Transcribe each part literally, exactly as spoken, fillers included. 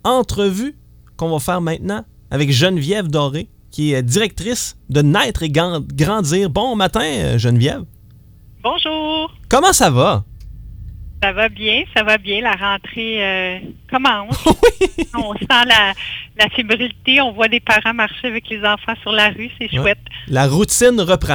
entrevue qu'on va faire maintenant avec Geneviève Doré, qui est directrice de Naître et Grandir. Bon matin, Geneviève. Bonjour. Comment ça va? Ça va bien, ça va bien. La rentrée euh, commence. Oui. On sent la, la fébrilité. On voit des parents marcher avec les enfants sur la rue. C'est chouette. Ouais. La routine reprend.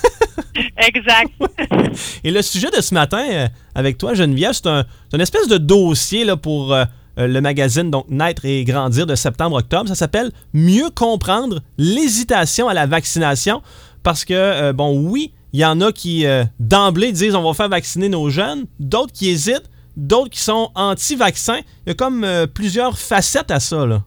Exact. Et le sujet de ce matin euh, avec toi, Geneviève, c'est un, c'est une espèce de dossier là, pour euh, le magazine donc Naître et Grandir de septembre-octobre. Ça s'appelle « Mieux comprendre l'hésitation à la vaccination ». Parce que, euh, bon, oui, il y en a qui, euh, d'emblée, disent « on va faire vacciner nos jeunes », d'autres qui hésitent, d'autres qui sont anti-vaccins. Il y a comme euh, plusieurs facettes à ça, là.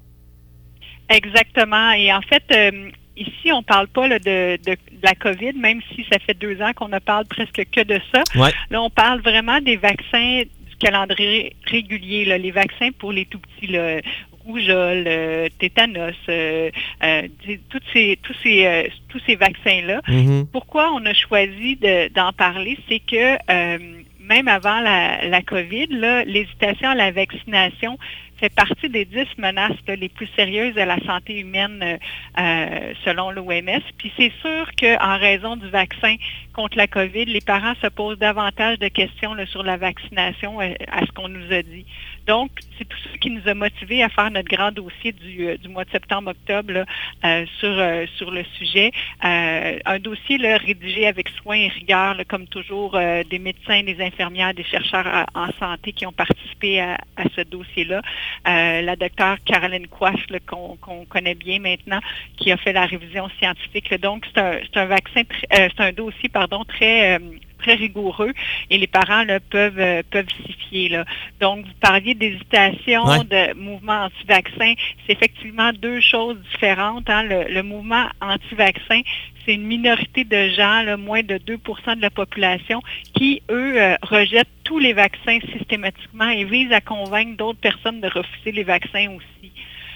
Exactement. Et en fait, euh, ici, on ne parle pas là, de, de, de la COVID, même si ça fait deux ans qu'on ne parle presque que de ça. Ouais. Là, on parle vraiment des vaccins du calendrier régulier, là, les vaccins pour les tout-petits, là, rougeole, euh, tétanos, euh, euh, tous ces, tous ces, euh, tous ces vaccins-là. Mm-hmm. Pourquoi on a choisi de, d'en parler? C'est que euh, même avant la, la COVID, là, l'hésitation à la vaccination fait partie des dix menaces là, les plus sérieuses à la santé humaine euh, selon l'O M S. Puis c'est sûr qu'en raison du vaccin contre la COVID, les parents se posent davantage de questions là, sur la vaccination euh, à ce qu'on nous a dit. Donc, c'est tout ça qui nous a motivés à faire notre grand dossier du, euh, du mois de septembre-octobre là, euh, sur, euh, sur le sujet. Euh, un dossier là, rédigé avec soin et rigueur, là, comme toujours, euh, des médecins, des infirmières, des chercheurs à, en santé qui ont participé à, à ce dossier-là. Euh, la docteure Caroline Quach, là, qu'on, qu'on connaît bien maintenant, qui a fait la révision scientifique. Là. Donc, c'est un, c'est un vaccin, euh, c'est un dossier, pardon, très... Euh, très rigoureux et les parents là, peuvent, euh, peuvent s'y fier. Là. Donc, vous parliez d'hésitation, ouais. de mouvement anti-vaccin. C'est effectivement deux choses différentes. Hein. Le, le mouvement anti-vaccin, c'est une minorité de gens, là, moins de deux pour cent de la population, qui, eux, euh, rejettent tous les vaccins systématiquement et visent à convaincre d'autres personnes de refuser les vaccins aussi.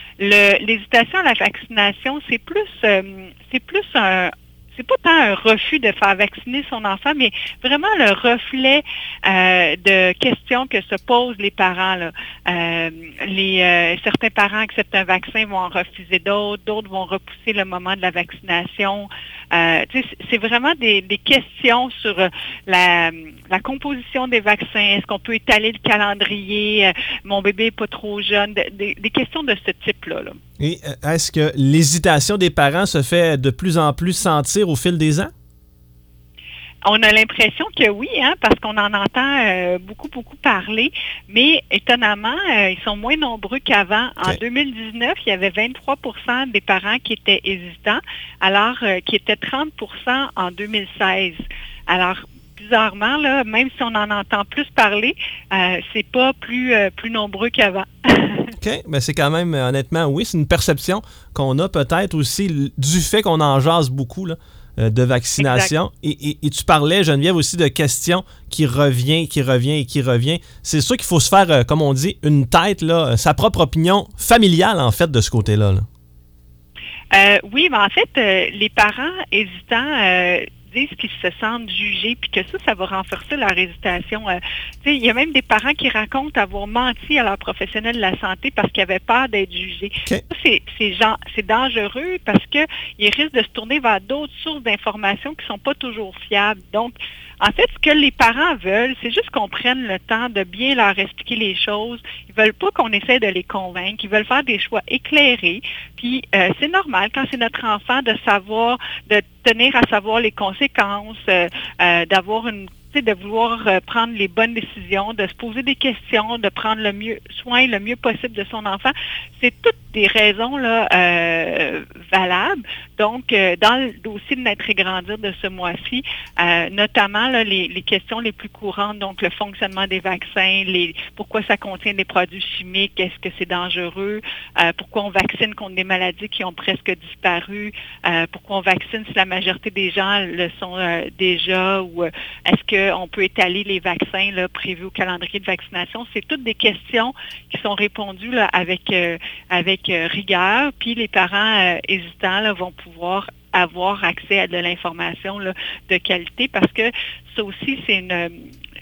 Le, l'hésitation à la vaccination, c'est plus, euh, c'est plus un c'est pas tant un refus de faire vacciner son enfant, mais vraiment le reflet euh, de questions que se posent les parents. Là. Euh, les, euh, certains parents acceptent un vaccin, vont en refuser d'autres, d'autres vont repousser le moment de la vaccination. Euh, c'est vraiment des, des questions sur la, la composition des vaccins. Est-ce qu'on peut étaler le calendrier? Euh, mon bébé n'est pas trop jeune? Des, des questions de ce type-là. Là. Et est-ce que l'hésitation des parents se fait de plus en plus sentir au fil des ans? On a l'impression que oui, hein, parce qu'on en entend euh, beaucoup, beaucoup parler, mais étonnamment, euh, ils sont moins nombreux qu'avant. Okay. En deux mille dix-neuf, il y avait vingt-trois pour cent des parents qui étaient hésitants, alors euh, qu'il était trente pour cent en deux mille seize. Alors, bizarrement, là, même si on en entend plus parler, euh, c'est pas plus, euh, plus nombreux qu'avant. OK. Ben c'est quand même, honnêtement, oui, c'est une perception qu'on a peut-être aussi du fait qu'on en jase beaucoup là, de vaccination. Et, et, et tu parlais, Geneviève, aussi de questions qui revient, qui revient et qui revient. C'est sûr qu'il faut se faire, comme on dit, une tête, là, sa propre opinion familiale, en fait, de ce côté-là. Là. Euh, oui, mais en fait, euh, les parents hésitants... Euh, disent qu'ils se sentent jugés, puis que ça, ça va renforcer leur hésitation. Euh, il y a même des parents qui racontent avoir menti à leurs professionnels de la santé parce qu'ils avaient peur d'être jugés. Okay. Ça, c'est, c'est, genre, c'est dangereux parce qu'ils risquent de se tourner vers d'autres sources d'informations qui ne sont pas toujours fiables. Donc, en fait, ce que les parents veulent, c'est juste qu'on prenne le temps de bien leur expliquer les choses. Ils veulent pas qu'on essaie de les convaincre. Ils veulent faire des choix éclairés. Puis, euh, c'est normal quand c'est notre enfant de savoir, de tenir à savoir les conséquences, euh, euh, d'avoir une de vouloir euh, prendre les bonnes décisions, de se poser des questions, de prendre le mieux soin le mieux possible de son enfant. C'est toutes des raisons là, euh, valables. Donc, euh, dans le dossier de Naître et Grandir de ce mois-ci, euh, notamment là, les, les questions les plus courantes, donc le fonctionnement des vaccins, les pourquoi ça contient des produits chimiques, est-ce que c'est dangereux, euh, pourquoi on vaccine contre des maladies qui ont presque disparu, euh, pourquoi on vaccine si la majorité des gens le sont euh, déjà, ou euh, est-ce que on peut étaler les vaccins là, prévus au calendrier de vaccination. C'est toutes des questions qui sont répondues là, avec, euh, avec euh, rigueur. Puis les parents euh, hésitants là, vont pouvoir avoir accès à de l'information là, de qualité parce que ça aussi, c'est une...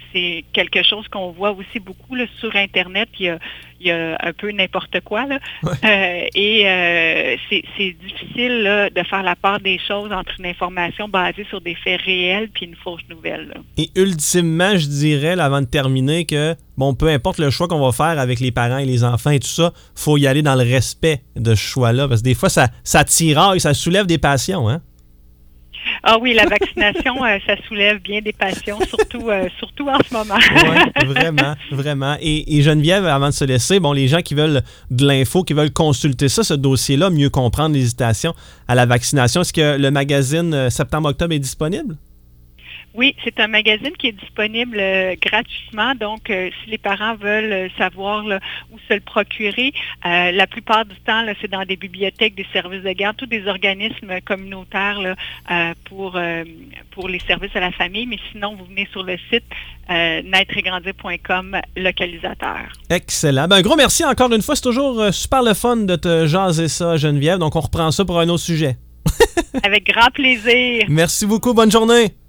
c'est quelque chose qu'on voit aussi beaucoup là, sur Internet. Il y a, il y a un peu n'importe quoi. Là. Ouais. Euh, et euh, c'est, c'est difficile là, de faire la part des choses entre une information basée sur des faits réels puis une fausse nouvelle. Là. Et ultimement, je dirais, là, avant de terminer, que bon, peu importe le choix qu'on va faire avec les parents et les enfants et tout ça, faut y aller dans le respect de ce choix-là. Parce que des fois, ça, ça tiraille, ça soulève des passions, hein? Ah oui, la vaccination, euh, ça soulève bien des passions, surtout, euh, surtout en ce moment. Oui, vraiment, vraiment. Et, et Geneviève, avant de se laisser, bon, les gens qui veulent de l'info, qui veulent consulter ça, ce dossier-là, mieux comprendre l'hésitation à la vaccination, est-ce que le magazine euh, Septembre-Octobre est disponible? Oui, c'est un magazine qui est disponible euh, gratuitement. Donc, euh, si les parents veulent euh, savoir là, où se le procurer, euh, la plupart du temps, là, c'est dans des bibliothèques, des services de garde, tous des organismes communautaires là, euh, pour, euh, pour les services à la famille. Mais sinon, vous venez sur le site euh, naître et grandir point com, localisateur. Excellent. Ben, un gros merci encore une fois. C'est toujours euh, super le fun de te jaser ça, Geneviève. Donc, on reprend ça pour un autre sujet. Avec grand plaisir. Merci beaucoup. Bonne journée.